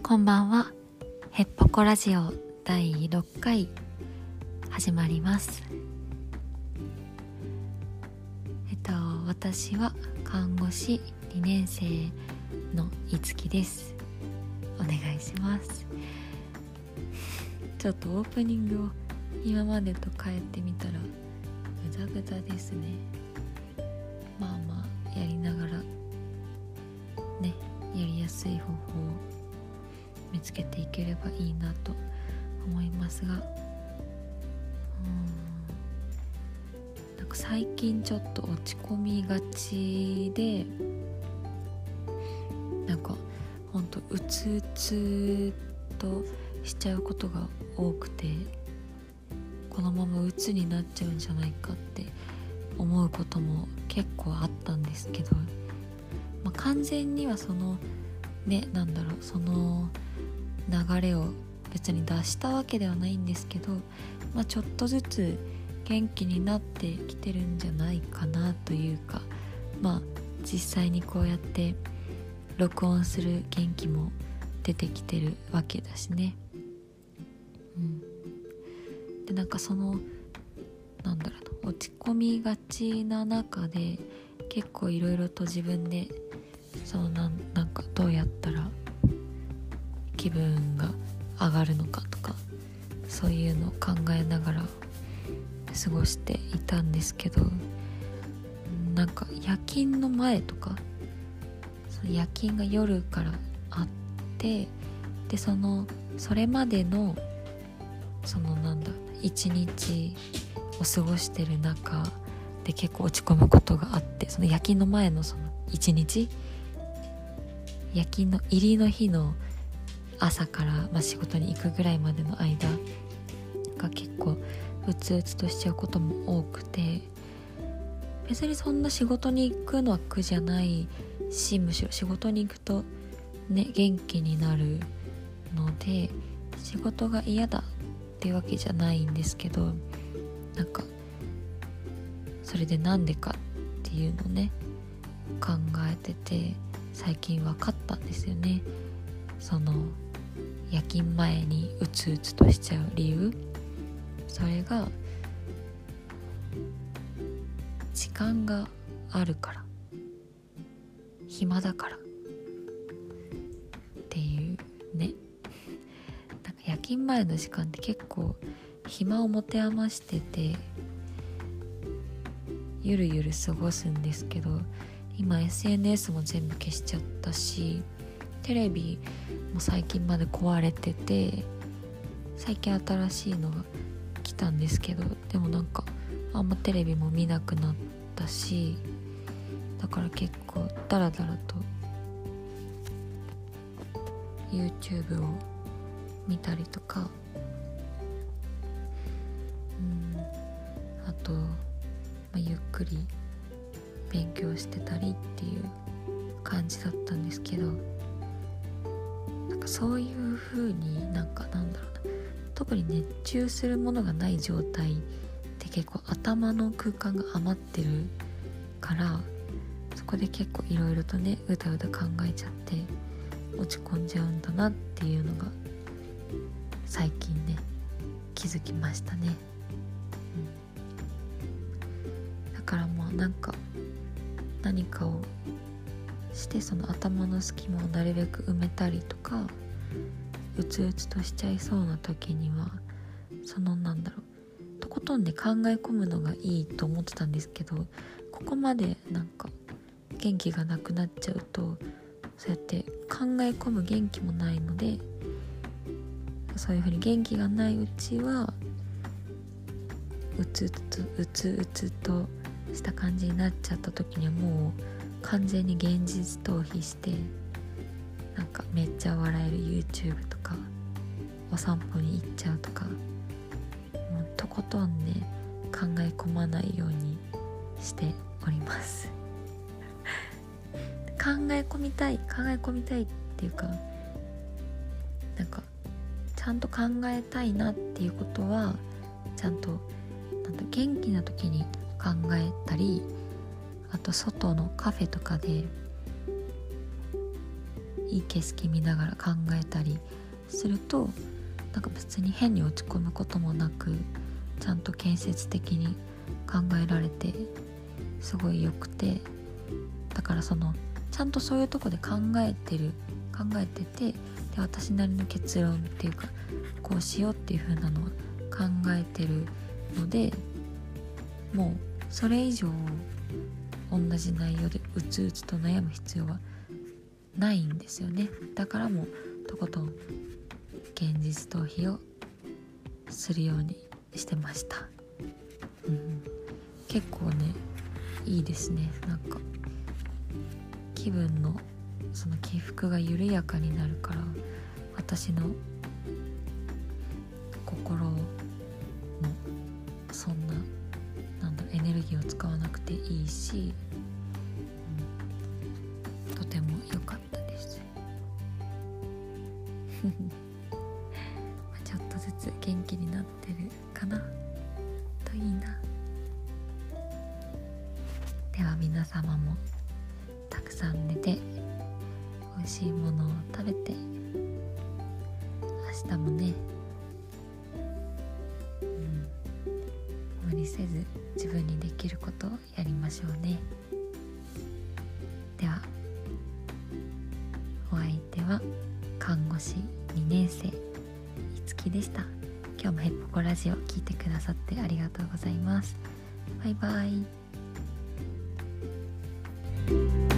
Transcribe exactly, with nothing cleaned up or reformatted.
こんばんは。へっぽこラジオだいろっかい始まります。えっと私は看護師にねんせいのいつきです。お願いします。ちょっとオープニングを今までと変えてみたらぐだぐだですね。まあまあやりながらね、やりやすい方法を見つけていければいいなと思いますが、うーんなんか最近ちょっと落ち込みがちで、なんかほんとうつうつとしちゃうことが多くて、このままうつになっちゃうんじゃないかって思うことも結構あったんですけど、まあ、完全にはそのね、なんだろう、その流れを別に出したわけではないんですけど、まあ、ちょっとずつ元気になってきてるんじゃないかなというか、まあ実際にこうやって録音する元気も出てきてるわけだしね。うん。でなんかそのなんだろうな、落ち込みがちな中で結構いろいろと自分でそのなんなんかどうやったら気分が上がるのかとか、そういうのを考えながら過ごしていたんですけど、なんか夜勤の前とか、その夜勤が夜からあって、でそのそれまでのそのなんだ一日を過ごしてる中で結構落ち込むことがあって、その夜勤の前のその一日、夜勤の入りの日の朝から、まあ、仕事に行くぐらいまでの間が結構うつうつとしちゃうことも多くて、別にそんな仕事に行くのは苦じゃないし、むしろ仕事に行くとね元気になるので仕事が嫌だっていうわけじゃないんですけど、なんかそれでなんでかっていうのをね考えてて、最近分かったんですよね。その夜勤前にうつうつとしちゃう理由、それが時間があるから、暇だからっていうね。なんか夜勤前の時間って結構暇を持て余しててゆるゆる過ごすんですけど、今 エスエヌエス も全部消しちゃったし、テレビも最近まで壊れてて、最近新しいのが来たんですけど、でもなんかあんまテレビも見なくなったし、だから結構ダラダラと YouTube を見たりとか、うんあと、まあ、ゆっくり勉強してたりっていう感じだったんですけど、なんかそういう風になんかなんだろうな、特に熱中するものがない状態って結構頭の空間が余ってるから、そこで結構いろいろとねうだうだ考えちゃって落ち込んじゃうんだなっていうのが最近ね気づきましたね。うん、だからもうなんか何かをしてその頭の隙間をなるべく埋めたりとか、うつうつとしちゃいそうな時にはそのなんだろう、とことんで考え込むのがいいと思ってたんですけど、ここまでなんか元気がなくなっちゃうと、そうやって考え込む元気もないので、そういう風に元気がないうちはうつうつうつうつとした感じになっちゃった時にはもう完全に現実逃避して、なんかめっちゃ笑える YouTube とかお散歩に行っちゃうとか、もうとことんね考え込まないようにしております考え込みたい考え込みたいっていうか、なんかちゃんと考えたいなっていうことはちゃんとなんだ元気な時に考えたり、あと外のカフェとかでいい景色見ながら考えたりすると、なんか別に変に落ち込むこともなく、ちゃんと建設的に考えられてすごい良くて、だからそのちゃんとそういうとこで考えてる考えてて、で私なりの結論っていうか、こうしようっていう風なのは考えてるので、もうそれ以上同じ内容でうつうつと悩む必要はないんですよね。だからもうとことん現実逃避をするようにしてました、うん、結構ねいいですね。なんか気分のその起伏が緩やかになるから、私の心もそんななんだエネルギーを使わなくていいし、うん、とても良かったですちょっとずつ元気になってるかなといいな。では皆様もたくさん寝て、美味しいものを食べて、明日もね、うん、無理せず自分にできることをやりましょうね。ではお相手は看護師にねんせいいつきでした。今日もヘッポコラジオ聞いてくださってありがとうございます。バイバイ。